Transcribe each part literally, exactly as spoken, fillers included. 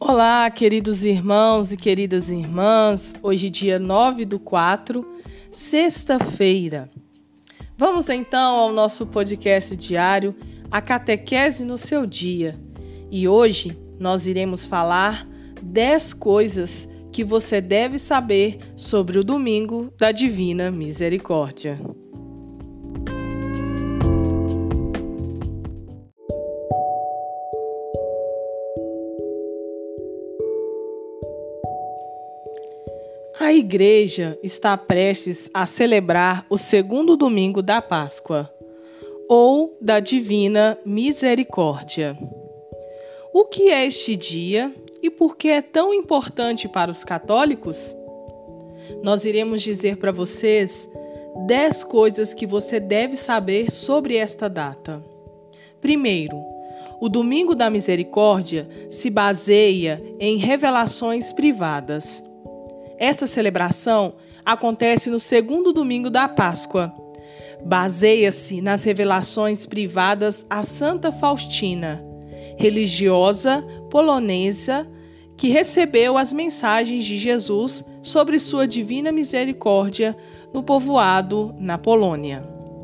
Olá, queridos irmãos e queridas irmãs. Hoje, dia nove do quatro, sexta-feira. Vamos então ao nosso podcast diário, a Catequese no seu dia. E hoje nós iremos falar dez coisas que você deve saber sobre o Domingo da Divina Misericórdia. A Igreja está prestes a celebrar o segundo domingo da Páscoa, ou da Divina Misericórdia. O que é este dia e por que é tão importante para os católicos? Nós iremos dizer para vocês dez coisas que você deve saber sobre esta data. Primeiro, o Domingo da Misericórdia se baseia em revelações privadas. Esta celebração acontece no segundo domingo da Páscoa. Baseia-se nas revelações privadas a Santa Faustina, religiosa polonesa que recebeu as mensagens de Jesus sobre sua divina misericórdia no povoado na Polônia.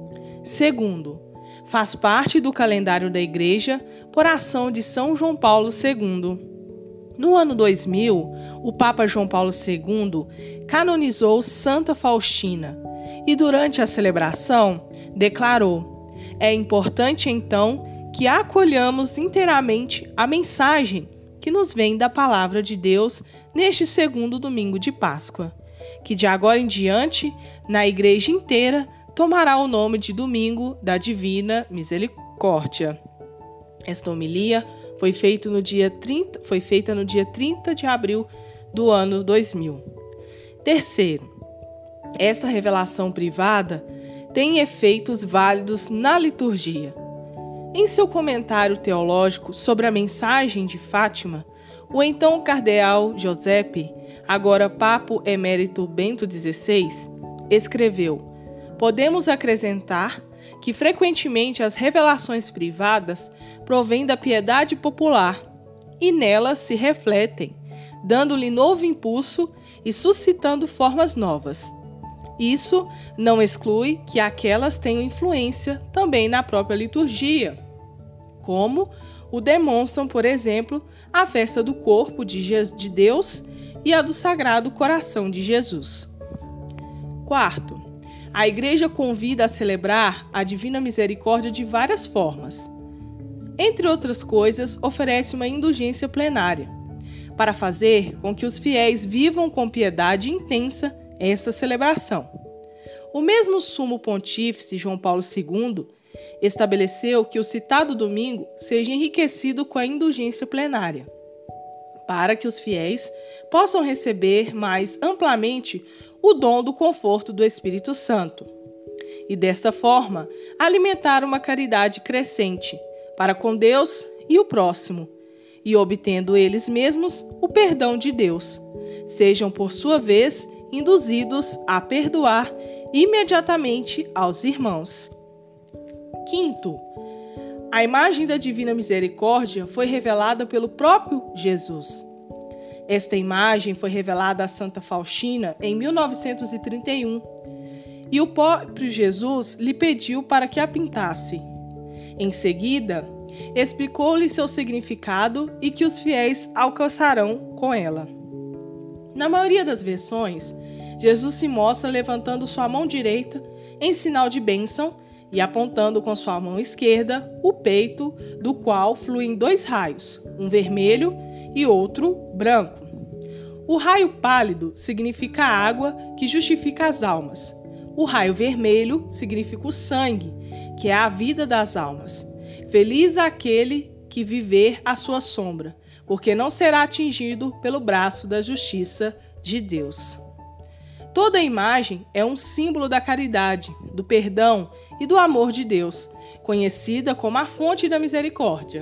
Segundo, faz parte do calendário da Igreja por ação de São João Paulo segundo. No ano dois mil, o Papa João Paulo segundo canonizou Santa Faustina e, durante a celebração, declarou: é importante, então, que acolhamos inteiramente a mensagem que nos vem da Palavra de Deus neste segundo domingo de Páscoa, que de agora em diante, na Igreja inteira, tomará o nome de Domingo da Divina Misericórdia. Esta homilia Foi, feito no dia trinta, foi feita no dia trinta de abril do ano dois mil. Terceiro, esta revelação privada tem efeitos válidos na liturgia. Em seu comentário teológico sobre a mensagem de Fátima, o então cardeal Giuseppe, agora Papa Emérito Bento dezesseis, escreveu: podemos acrescentar que frequentemente as revelações privadas provêm da piedade popular e nelas se refletem, dando-lhe novo impulso e suscitando formas novas. Isso não exclui que aquelas tenham influência também na própria liturgia, como o demonstram, por exemplo, a festa do corpo de Deus e a do Sagrado Coração de Jesus. Quarto, a Igreja convida a celebrar a Divina Misericórdia de várias formas. Entre outras coisas, oferece uma indulgência plenária, para fazer com que os fiéis vivam com piedade intensa esta celebração. O mesmo Sumo Pontífice João Paulo segundo estabeleceu que o citado domingo seja enriquecido com a indulgência plenária, para que os fiéis possam receber mais amplamente o dom do conforto do Espírito Santo, e desta forma alimentar uma caridade crescente para com Deus e o próximo, e obtendo eles mesmos o perdão de Deus, sejam por sua vez induzidos a perdoar imediatamente aos irmãos. Quinto, a imagem da Divina Misericórdia foi revelada pelo próprio Jesus. Esta imagem foi revelada a Santa Faustina em mil novecentos e trinta e um, e o próprio Jesus lhe pediu para que a pintasse. Em seguida, explicou-lhe seu significado e que os fiéis alcançarão com ela. Na maioria das versões, Jesus se mostra levantando sua mão direita em sinal de bênção e apontando com sua mão esquerda o peito, do qual fluem dois raios, um vermelho e outro branco. O raio pálido significa a água que justifica as almas. O raio vermelho significa o sangue, que é a vida das almas. Feliz aquele que viver à sua sombra, porque não será atingido pelo braço da justiça de Deus. Toda imagem é um símbolo da caridade, do perdão e do amor de Deus, conhecida como a fonte da misericórdia.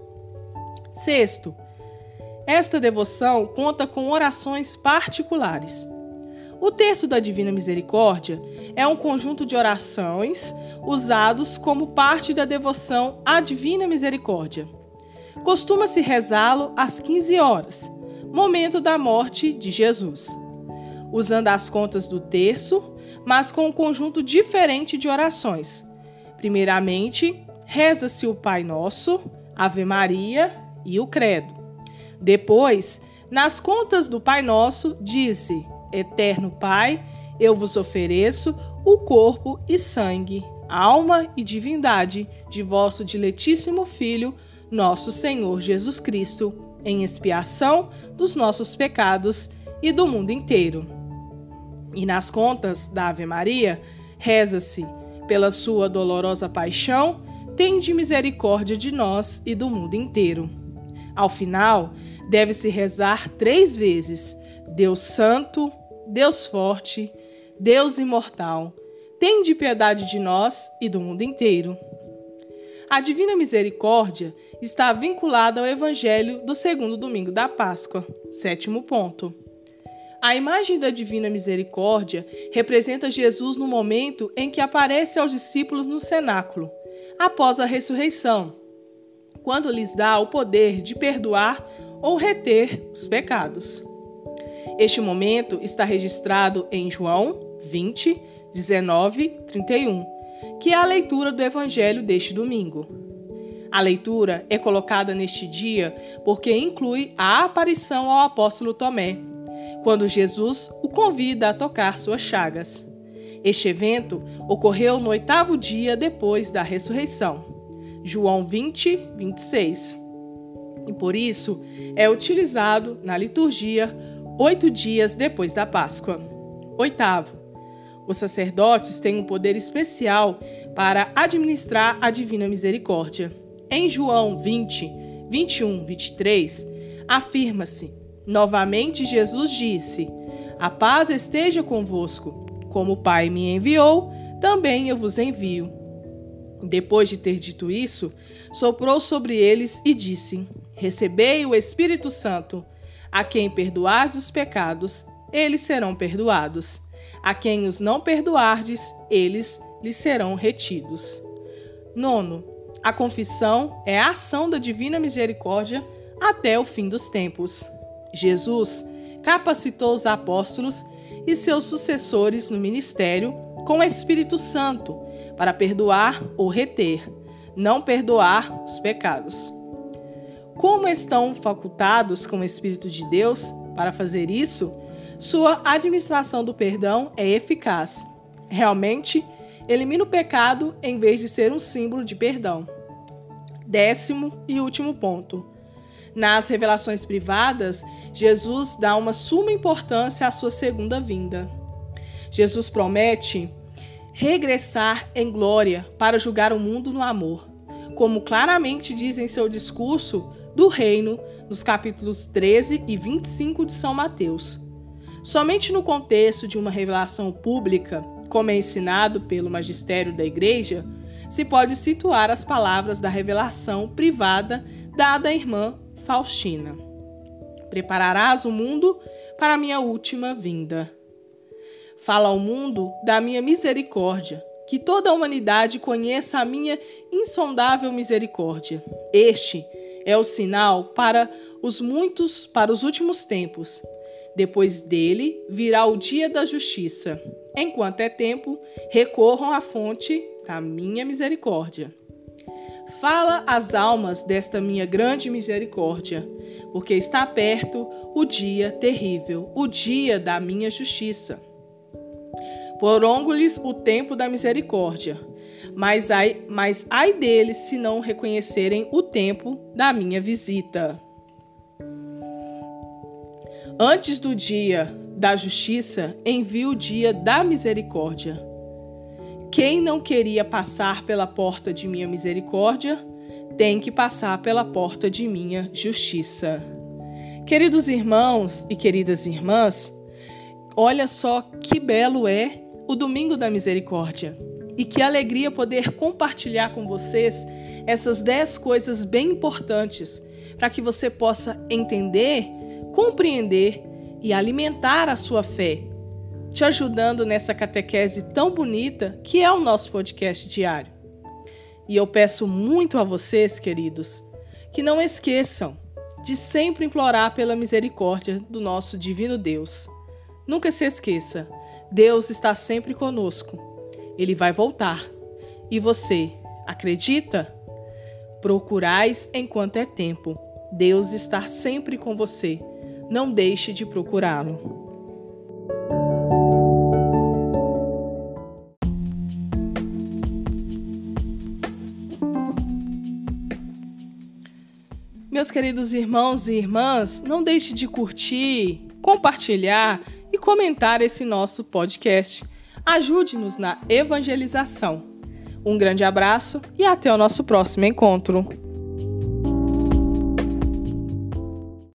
Sexto, esta devoção conta com orações particulares. O terço da Divina Misericórdia é um conjunto de orações usados como parte da devoção à Divina Misericórdia. Costuma-se rezá-lo às quinze horas, momento da morte de Jesus, usando as contas do terço, mas com um conjunto diferente de orações. Primeiramente, reza-se o Pai Nosso, Ave Maria e o Credo. Depois, nas contas do Pai Nosso, diz-se: Eterno Pai, eu vos ofereço o corpo e sangue, alma e divindade de vosso diletíssimo Filho, nosso Senhor Jesus Cristo, em expiação dos nossos pecados e do mundo inteiro. E nas contas da Ave Maria, reza-se: pela sua dolorosa paixão, tende misericórdia de nós e do mundo inteiro. Ao final, deve-se rezar três vezes: Deus Santo, Deus Forte, Deus Imortal, tende piedade de nós e do mundo inteiro. A Divina Misericórdia está vinculada ao Evangelho do segundo domingo da Páscoa. Sétimo ponto. A imagem da Divina Misericórdia representa Jesus no momento em que aparece aos discípulos no cenáculo, após a ressurreição, quando lhes dá o poder de perdoar ou reter os pecados. Este momento está registrado em João vinte, dezenove, trinta e um, que é a leitura do Evangelho deste domingo. A leitura é colocada neste dia porque inclui a aparição ao apóstolo Tomé, quando Jesus o convida a tocar suas chagas. Este evento ocorreu no oitavo dia depois da ressurreição. João vinte, vinte e seis. E por isso é utilizado na liturgia oito dias depois da Páscoa. Oitavo. Os sacerdotes têm um poder especial para administrar a Divina Misericórdia. Em João vinte, vinte e um, vinte e três, afirma-se: novamente Jesus disse: a paz esteja convosco. Como o Pai me enviou, também eu vos envio. Depois de ter dito isso, soprou sobre eles e disse: recebei o Espírito Santo. A quem perdoardes os pecados, eles serão perdoados. A quem os não perdoardes, eles lhes serão retidos. Nono. A confissão é a ação da Divina Misericórdia até o fim dos tempos. Jesus capacitou os apóstolos e seus sucessores no ministério com o Espírito Santo para perdoar ou reter, não perdoar os pecados. Como estão facultados com o Espírito de Deus para fazer isso, sua administração do perdão é eficaz. Realmente, elimina o pecado em vez de ser um símbolo de perdão. Décimo e último ponto. Nas revelações privadas, Jesus dá uma suma importância à sua segunda vinda. Jesus promete regressar em glória para julgar o mundo no amor, como claramente diz em seu discurso do reino, nos capítulos treze e vinte e cinco de São Mateus. Somente no contexto de uma revelação pública, como é ensinado pelo magistério da Igreja, se pode situar as palavras da revelação privada dada à irmã Faustina: prepararás o mundo para a minha última vinda. Fala ao mundo da minha misericórdia, que toda a humanidade conheça a minha insondável misericórdia. Este é o sinal para os muitos, para os últimos tempos. Depois dele virá o dia da justiça. Enquanto é tempo, recorram à fonte da minha misericórdia. Fala às almas desta minha grande misericórdia, porque está perto o dia terrível, o dia da minha justiça. Prolongo-lhes o tempo da misericórdia, mas ai, mas ai deles se não reconhecerem o tempo da minha visita. Antes do dia da justiça, envio o dia da misericórdia. Quem não queria passar pela porta de minha misericórdia, tem que passar pela porta de minha justiça. Queridos irmãos e queridas irmãs, olha só que belo é o Domingo da Misericórdia. E que alegria poder compartilhar com vocês essas dez coisas bem importantes para que você possa entender, compreender e alimentar a sua fé, te ajudando nessa catequese tão bonita que é o nosso podcast diário. E eu peço muito a vocês, queridos, que não esqueçam de sempre implorar pela misericórdia do nosso divino Deus. Nunca se esqueça, Deus está sempre conosco. Ele vai voltar. E você acredita? Procurais enquanto é tempo. Deus está sempre com você. Não deixe de procurá-lo. Meus queridos irmãos e irmãs, não deixe de curtir, compartilhar e comentar esse nosso podcast. Ajude-nos na evangelização. Um grande abraço e até o nosso próximo encontro.